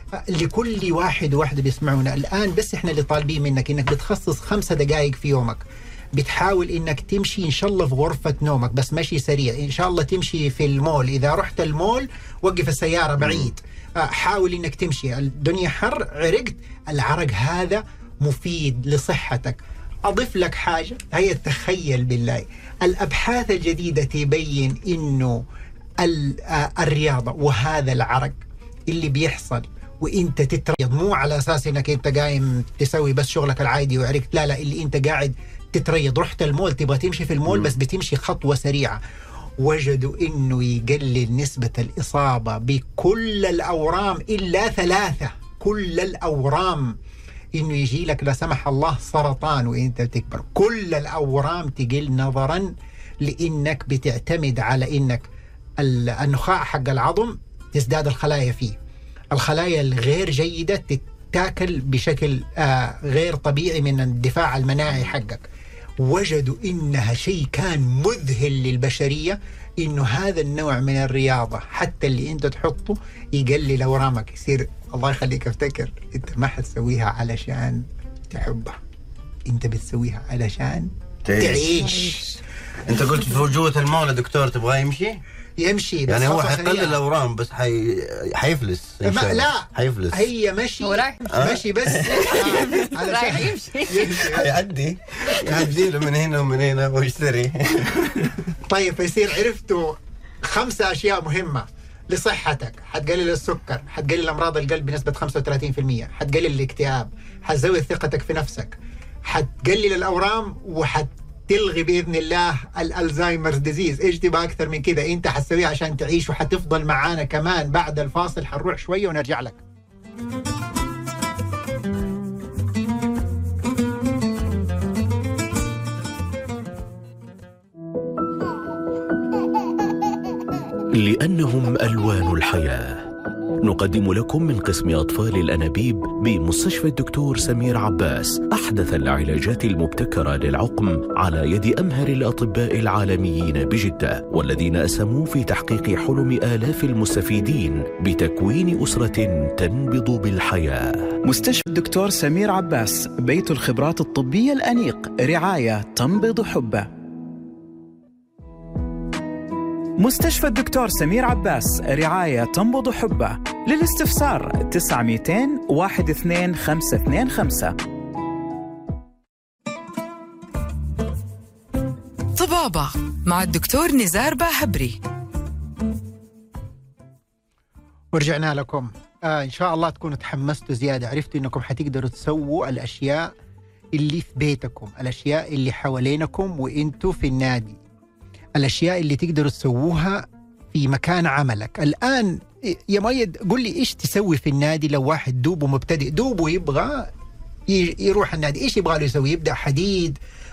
لكل واحد وواحدة بيسمعونا الآن، بس إحنا اللي طالبين منك إنك بتخصص خمسة دقائق في يومك، بتحاول إنك تمشي إن شاء الله في غرفة نومك، بس مشي سريع. إن شاء الله تمشي في المول، إذا رحت المول وقف السيارة بعيد، حاول إنك تمشي. الدنيا حر، عرقت، العرق هذا مفيد لصحتك. أضيف لك حاجة، هي تخيل بالله الأبحاث الجديدة تبين إنه الرياضة وهذا العرق اللي بيحصل وإنت تتريض، مو على أساس إنك أنت قايم تسوي بس شغلك العادي وعرقت، لا لا، اللي أنت قاعد تتريض، رحت المول تبغى تمشي في المول بس بتمشي خطوة سريعة، وجدوا إنه يقلل نسبة الإصابة بكل الأورام إلا ثلاثة. كل الأورام، إنه يجي لك لا سمح الله سرطان وإنت تكبر، كل الأورام تقل نظرا لإنك بتعتمد على إنك النخاع حق العظم تزداد الخلايا فيه، الخلايا الغير جيدة تتاكل بشكل آه غير طبيعي من الدفاع المناعي حقك. وجدوا إنها شيء كان مذهل للبشرية، إنه هذا النوع من الرياضة حتى اللي أنت تحطه يقلل أورامك، يصير الله يخليك افتكر أنت ما حتسويها علشان تحبها، أنت بتسويها علشان تعيش, تعيش. أنت قلت في وجوه المولى دكتور تبغاه يمشي؟ يمشي يعني هو حيقلل الأورام بس حي... حيفلس ما لا حيفلس. هي مشي مشي بس رايح يمشي حيعدي يعدي له من هنا ومن هنا ويشتري. طيب فيصير عرفتوا خمسة أشياء مهمة لصحتك، حتقلل السكر، حتقلل أمراض القلب بنسبة خمسة وثلاثين بالمئة، حتقلل الاكتئاب، حتزود ثقتك في نفسك، حتقلل الأورام، وحت تلغي بإذن الله الألزايمرز ديزيز. إيش تبغى أكثر من كده؟ أنت حتسويها عشان تعيش، وحتفضل معانا كمان بعد الفاصل. حنروح شوية ونرجع لك. لأنهم ألوان الحياة، نقدم لكم من قسم أطفال الأنابيب بمستشفى الدكتور سمير عباس أحدث العلاجات المبتكرة للعقم على يد أمهر الأطباء العالميين بجدة، والذين أسهموا في تحقيق حلم آلاف المستفيدين بتكوين أسرة تنبض بالحياة. مستشفى الدكتور سمير عباس، بيت الخبرات الطبية الأنيق، رعاية تنبض حبه. مستشفى الدكتور سمير عباس، رعاية تنبض حبه. للاستفسار تسعة مئتين واحد اثنين خمسة اثنين خمسة. طبابة مع الدكتور نزار باهبري. ورجعنا لكم. آه إن شاء الله تكونوا تحمستوا زيادة، عرفتوا إنكم حتقدروا تسووا الأشياء اللي في بيتكم، الأشياء اللي حوالينكم وإنتوا في النادي، الأشياء اللي تقدروا تسووها في مكان عملك. الآن يا مؤيد قل لي إيش تسوي في النادي لو واحد دوبه مبتدئ، دوبه يبغى يروح النادي، إيش يبغى له يسوي؟ يبدأ حديد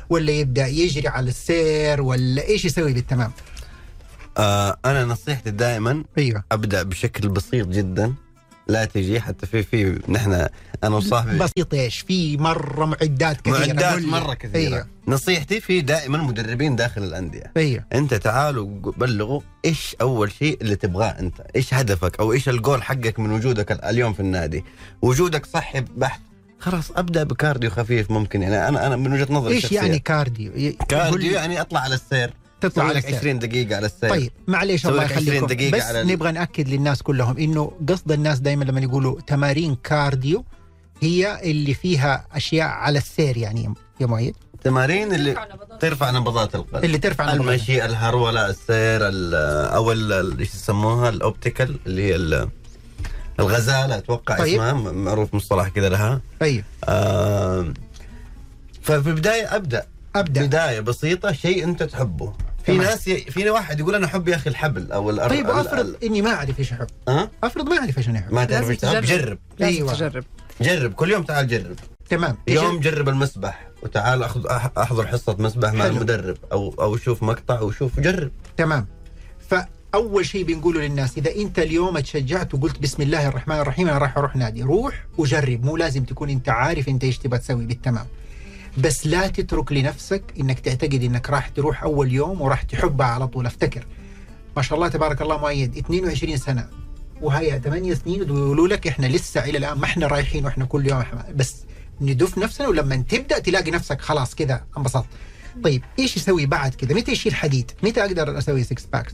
ولا يبدأ يجري على السير ولا إيش يسوي بالتمام؟ آه أنا نصيحتي دائما أيوة. أبدأ بشكل بسيط جدا، لا تجي حتى في في نحن أنا وصاحبي بسيط إيش في مرة معدات كثيرة معدات مرة كثيرة. أيوة. نصيحتي في دائما مدربين داخل الأندية. أيوة. أنت تعالوا بلغوا إيش أول شيء اللي تبغاه أنت، إيش هدفك أو إيش الجول حقك من وجودك اليوم في النادي. وجودك صحي بحت، خلاص أبدأ بكارديو خفيف ممكن. يعني أنا أنا من وجهة نظري إيش الشخصية. يعني كارديو؟ كارديو يعني أطلع على السير، تطلع على لك السير عشرين دقيقة على السير. طيب معليش الله يخليكم، بس على نبغى نأكد للناس كلهم إنه قصد الناس دائما لما يقولوا تمارين كارديو هي اللي فيها أشياء على السير، يعني يا مؤيد تمارين اللي ترفع نبضات القلب، اللي ترفع نبضات المشي، الهرولة، السير، أو ايش يسموها الأوبتيكال اللي هي الغزالة أتوقع. طيب. اسمها معروف مصطلح كذا لها. أيوة. آه ففي البداية أبدأ أبدأ بداية بسيطة، شيء أنت تحبه. في تمام. ناس ي... في واحد يقول أنا أحب يا أخي الحبل أو الأرض. طيب أفرض ال... إني ما أعرف إيش أحب. أه؟ أفرض ما أعرف إيش أنا أحب. ما تعرف إيش تحب، جرب. أيوة. تجرب جرب كل يوم، تعال جرب. تمام. يوم جرب المسبح وتعال أخذ أحضر حصة مسبح مع المدرب أو أو شوف مقطع وشوف جرب. تمام. فأول شيء بنقوله للناس، إذا أنت اليوم اتشجعت وقلت بسم الله الرحمن الرحيم أنا راح أروح نادي، روح وجرب. مو لازم تكون أنت عارف أنت إيش تبغى تسوي بالتمام، بس لا تترك لنفسك إنك تعتقد إنك راح تروح أول يوم وراح تحبها على طول. افتكر ما شاء الله تبارك الله مؤيد اثنين وعشرين سنة وهي ثمانية سنين ويقولوا لك إحنا لسه إلى الآن ما إحنا رايحين وإحنا كل يوم بس ندف نفسنا، ولما تبدأ تلاقي نفسك خلاص كذا انبسطت. طيب إيش يسوي بعد كذا؟ متى يشيل حديد؟ متى أقدر أسوي سيكس باكس؟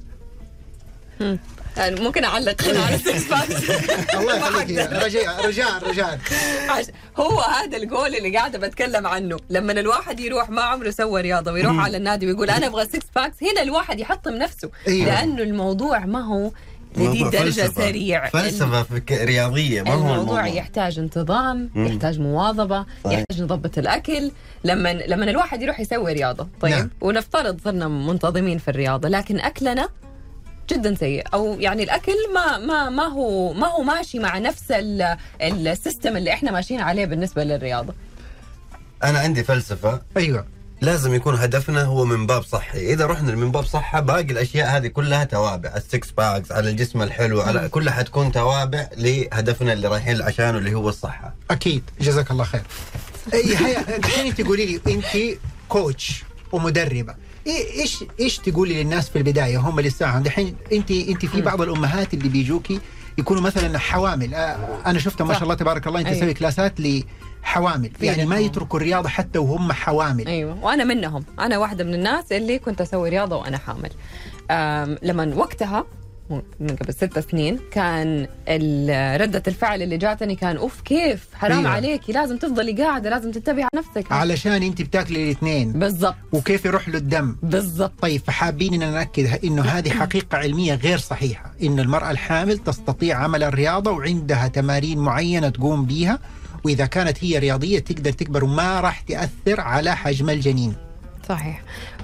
يعني ممكن أعلق على السيكس باكس. الله يخليك، رجاء رجاء رجاء. هو هذا الجول اللي قاعدة بتكلم عنه. لما الواحد يروح ما عمره سوى رياضة ويروح على النادي ويقول أنا أبغى سيكس باكس، هنا الواحد يحطم نفسه. أيوة. لأنه الموضوع ما هو لدي درجة سريع، فلسفة رياضية. ما هو الموضوع, الموضوع يحتاج انتظام، مم. يحتاج مواظبة، صحيح. يحتاج نضبط الأكل. لما لما الواحد يروح يسوي رياضة طيب نعم. ونفترض صرنا منتظمين في الرياضة لكن أكلنا جدا سيء، او يعني الاكل ما ما ما هو ما هو ماشي مع نفس السيستم اللي احنا ماشيين عليه بالنسبه للرياضه. انا عندي فلسفه. ايوه لازم يكون هدفنا هو من باب صحي. اذا رحنا من باب صحه باقي الاشياء هذه كلها توابع، السكس باكس على الجسم الحلو على كلها حتكون توابع لهدفنا اللي رايحين عشانه اللي هو الصحه. اكيد جزاك الله خير. اي هيا الحين تقولي لي انت كوتش ومدربه، ايش ايش تقولي للناس في البدايه هم لسه دحين؟ انت انت في بعض الامهات اللي بيجوكي يكونوا مثلا حوامل، انا شفتها ما شاء الله تبارك الله انت تسوي أيوة. كلاسات لحوامل، يعني ما يتركوا الرياضه حتى وهم حوامل. ايوه وانا منهم، انا واحده من الناس اللي كنت اسوي رياضه وانا حامل. لما وقتها من قبل ست سنين كان ردة الفعل اللي جاتني كان اوف كيف حرام أيوة. عليكي لازم تفضلي قاعده، لازم تنتبهي على نفسك علشان انت بتاكلي الاثنين بالضبط، وكيف يروح له الدم بالضبط. طيب فحابين ان ناكد انه هذه حقيقه علميه غير صحيحه، انه المراه الحامل تستطيع عمل الرياضه وعندها تمارين معينه تقوم بيها، واذا كانت هي رياضيه تقدر تكبر وما راح تاثر على حجم الجنين. صحيح.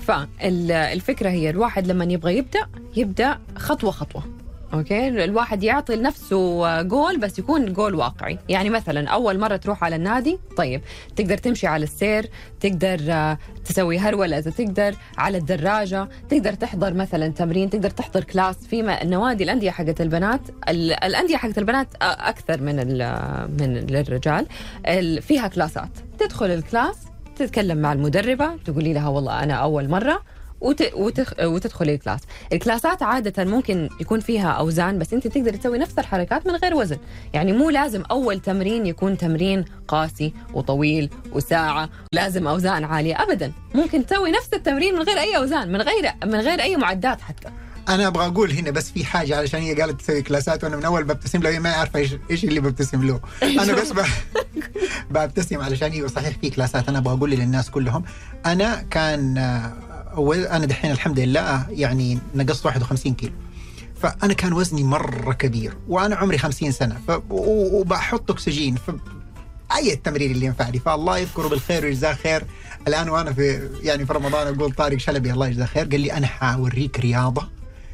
فالفكرة هي الواحد لما يبغى يبدأ يبدأ خطوة خطوة. أوكي، الواحد يعطي لنفسه جول بس يكون جول واقعي. يعني مثلا أول مرة تروح على النادي، طيب تقدر تمشي على السير، تقدر تسوي هرولة إذا تقدر، على الدراجة، تقدر تحضر مثلا تمرين، تقدر تحضر كلاس في النوادي. الأندية حقت البنات، الأندية حقت البنات أكثر من من الرجال، فيها كلاسات. تدخل الكلاس تتكلم مع المدربة، تقولي لها والله أنا أول مرة وت... وتخ... وتدخلي الكلاس. الكلاسات عادة ممكن يكون فيها أوزان، بس أنت تقدر تسوي نفس الحركات من غير وزن. يعني مو لازم أول تمرين يكون تمرين قاسي وطويل وساعة لازم أوزان عالية أبدا. ممكن تسوي نفس التمرين من غير أي أوزان، من غير من غير أي معدات حتى. أنا أبغى أقول هنا بس في حاجة، علشان هي قالت تسوي كلاسات وأنا من أول ببتسم له، هي ما عارفة إيش إيش اللي ببتسم له. أنا بس ب... ببتسم علشان هي صحيح في كلاسات. أنا أبغى أقول للناس كلهم، أنا كان أنا دحين الحمد لله يعني نقصت واحد وخمسين كيلو، فأنا كان وزني مرة كبير وأنا عمري خمسين سنة، ف... وبحط أكسجين ف... أي التمرين اللي ينفعني، فالله يذكره بالخير ويجزاه خير. الآن وأنا في يعني في رمضان أقول طارق شلبي الله يجزاه خير، قال لي أنا حاوريك رياضة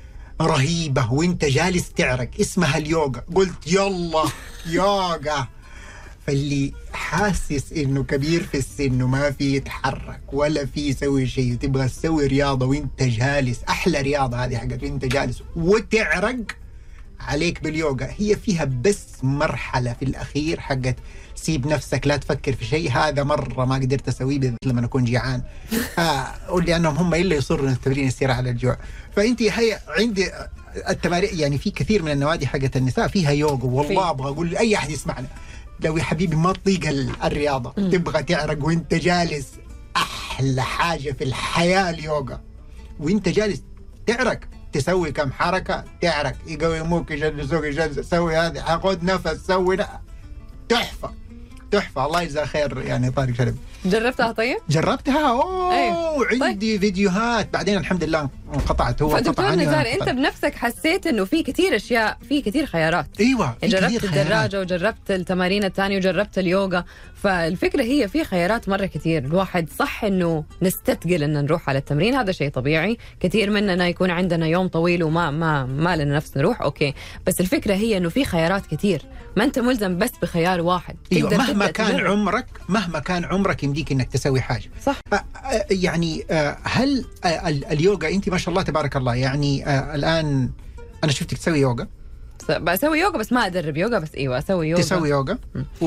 رهيبة وانت جالس تعرق اسمها اليوغا. قلت يلا يوغا. فاللي حاسس انه كبير في السن وما في يتحرك ولا في يسوي شيء وتبغى تسوي رياضة وانت جالس، احلى رياضة هذه حقت وانت جالس وتعرق، عليك باليوغا. هي فيها بس مرحلة في الأخير حقت سيب نفسك لا تفكر في شيء، هذا مرة ما قدرت أسويه بالذات لما أكون جيعان، آه لأنهم هم إلا يصروا التمرين يصير على الجوع. فأنت هي عندي التمارين، يعني في كثير من النوادي حقت النساء فيها يوغا، والله أبغى أقول لأي أحد يسمعنا لو يا حبيبي ما تطيق الرياضة م. تبغى تعرق وانت جالس، أحلى حاجة في الحياة اليوغا. وانت جالس تعرق تسوي كم حركة تعرق، يقوموك يجلسوك يجلس، سوي هذه، خذ نفس، سوي لا. تحفة تحفة، الله يجزاه خير يعني طارق شلبي. جربتها طيب؟ جربتها اوه أيه. عندي طيب. فيديوهات بعدين الحمد لله انقطعت. هو دكتور نزار انت بنفسك حسيت انه في كثير اشياء، في كثير خيارات. ايوه يعني جربت الدراجة وجربت التمارين الثانية وجربت اليوغا، فالفكرة هي في خيارات مرة كثير. الواحد صح انه نستثقل ان نروح على التمرين، هذا شيء طبيعي، كثير مننا يكون عندنا يوم طويل وما ما ما لنا نفس نروح، اوكي، بس الفكرة هي انه في خيارات كثير، ما انت ملزم بس بخيار واحد. أيوة مهما كان تجرب. عمرك مهما كان عمرك يمديك انك تسوي حاجة صح. يعني هل اليوغا انت ما شاء الله تبارك الله يعني الان انا شفتك تسوي يوغا؟ بسوي يوغا بس ما ادرب يوغا، بس ايوه اسوي يوغا. تسوي يوغا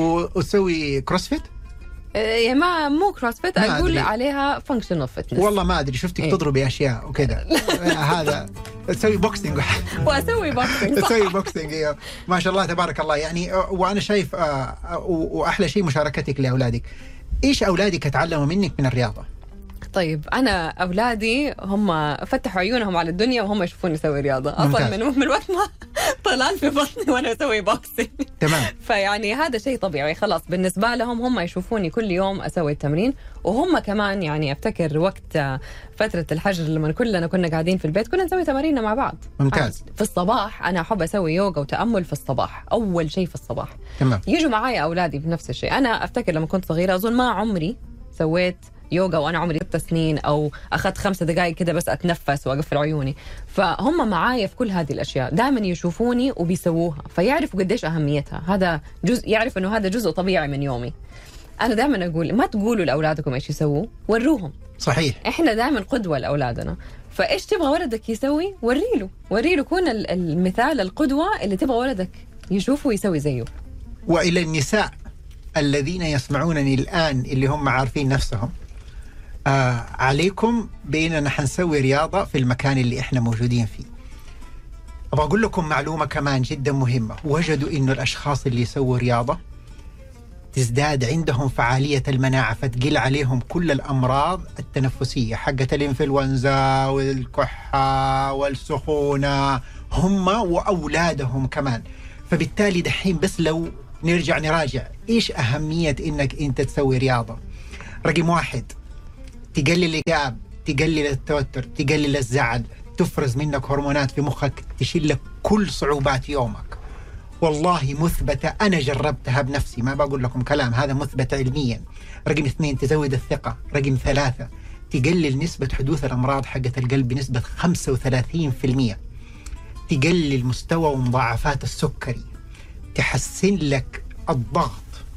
وتسوي كروسفيت؟ يعني ما مو كروسفيت، اقول أدري. عليها فانكشنال فتنس. والله ما ادري، شفتك إيه؟ تضربي اشياء وكذا. هذا تسوي بوكسينج واسوي بوكسينج. تسوي بوكسينج ايوه ما شاء الله تبارك الله يعني. وانا شايف واحلى شيء مشاركتك لاولادك. ايش اولادك اتعلموا منك من الرياضه؟ طيب أنا أولادي هم فتحوا عيونهم على الدنيا وهم يشوفوني أسوي رياضة أصلا من من الوقت ما طلعت في بطني وأنا أسوي بوكسينج. تمام. فيعني هذا شيء طبيعي خلاص بالنسبة لهم، هم يشوفوني كل يوم أسوي التمرين. وهم كمان يعني أفتكر وقت فترة الحجر لما كلنا كنا قاعدين في البيت كنا نسوي تماريننا مع بعض. ممتاز. في الصباح أنا أحب أسوي يوغا وتأمل في الصباح، أول شيء في الصباح. تمام. يجوا معايا أولادي بنفس الشيء. أنا أفتكر لما كنت صغيرة أظن ما عمري سويت يوغا وأنا عمري ست سنين أو أخذت خمسة دقائق كده بس أتنفس وأقفل عيوني. فهم معايا في كل هذه الأشياء، دائما يشوفوني وبيسووها فيعرفوا قديش أهميتها. هذا جزء، يعرف إنه هذا جزء طبيعي من يومي. أنا دائما أقول ما تقولوا لأولادكم إيش يسووا، وروهم. صحيح. إحنا دائما قدوة لأولادنا، فإيش تبغى ولدك يسوي وريله وريله كون المثال القدوة اللي تبغى ولدك يشوفه ويسوي زيه. وإلى النساء الذين يسمعونني الآن اللي هم عارفين نفسهم، آه عليكم بأننا حنسوي رياضة في المكان اللي إحنا موجودين فيه. أبغى أقول لكم معلومة كمان جدا مهمة. وجدوا إنه الأشخاص اللي يسووا رياضة تزداد عندهم فعالية المناعة، فتقل عليهم كل الأمراض التنفسية حقة الإنفلونزا والكحة والسخونة، هم وأولادهم كمان. فبالتالي دحين بس لو نرجع نراجع إيش أهمية إنك أنت تسوي رياضة. رقم واحد، تقلل الاكتئاب، تقلل التوتر، تقلل الزعل، تفرز منك هرمونات في مخك تشيل لك كل صعوبات يومك. والله مثبتة، أنا جربتها بنفسي، ما بقول لكم كلام، هذا مثبت علميا. رقم اثنين، تزود الثقة. رقم ثلاثة، تقلل نسبة حدوث الأمراض حقة القلب بنسبة خمسة وثلاثين بالمئة. تقلل مستوى ومضاعفات السكري، تحسن لك الضغط.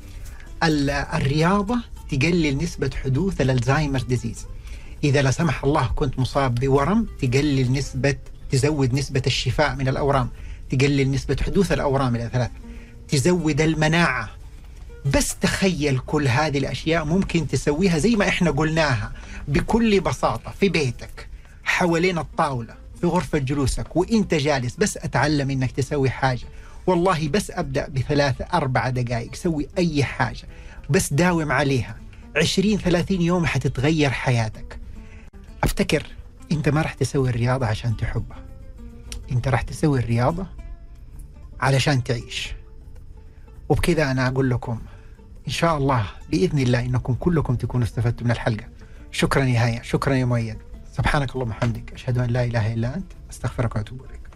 الرياضة تقلل نسبة حدوث الألزهايمر ديزيز. إذا لا سمح الله كنت مصاب بورم، تقلل نسبة، تزود نسبة الشفاء من الأورام، تقلل نسبة حدوث الأورام إلى ثلاثة، تزود المناعة. بس تخيل كل هذه الأشياء ممكن تسويها زي ما إحنا قلناها بكل بساطة في بيتك، حوالين الطاولة، في غرفة جلوسك، وإنت جالس بس أتعلم إنك تسوي حاجة. والله بس أبدأ بثلاثة أربع دقائق، سوي أي حاجة بس داوم عليها عشرين ثلاثين يوم حتتغير حياتك. أفتكر أنت ما رح تسوي الرياضة عشان تحبها، أنت رح تسوي الرياضة علشان تعيش. وبكذا أنا أقول لكم إن شاء الله بإذن الله إنكم كلكم تكونوا استفدتوا من الحلقة. شكرا يا هيا، شكرا يا مؤيد، سبحانك اللهم وبحمدك، أشهد أن لا إله إلا أنت، أستغفرك وأتوب إليك.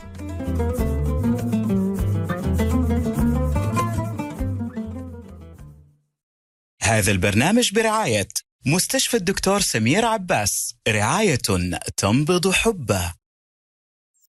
هذا البرنامج برعاية مستشفى الدكتور سمير عباس، رعاية تنبض حبه.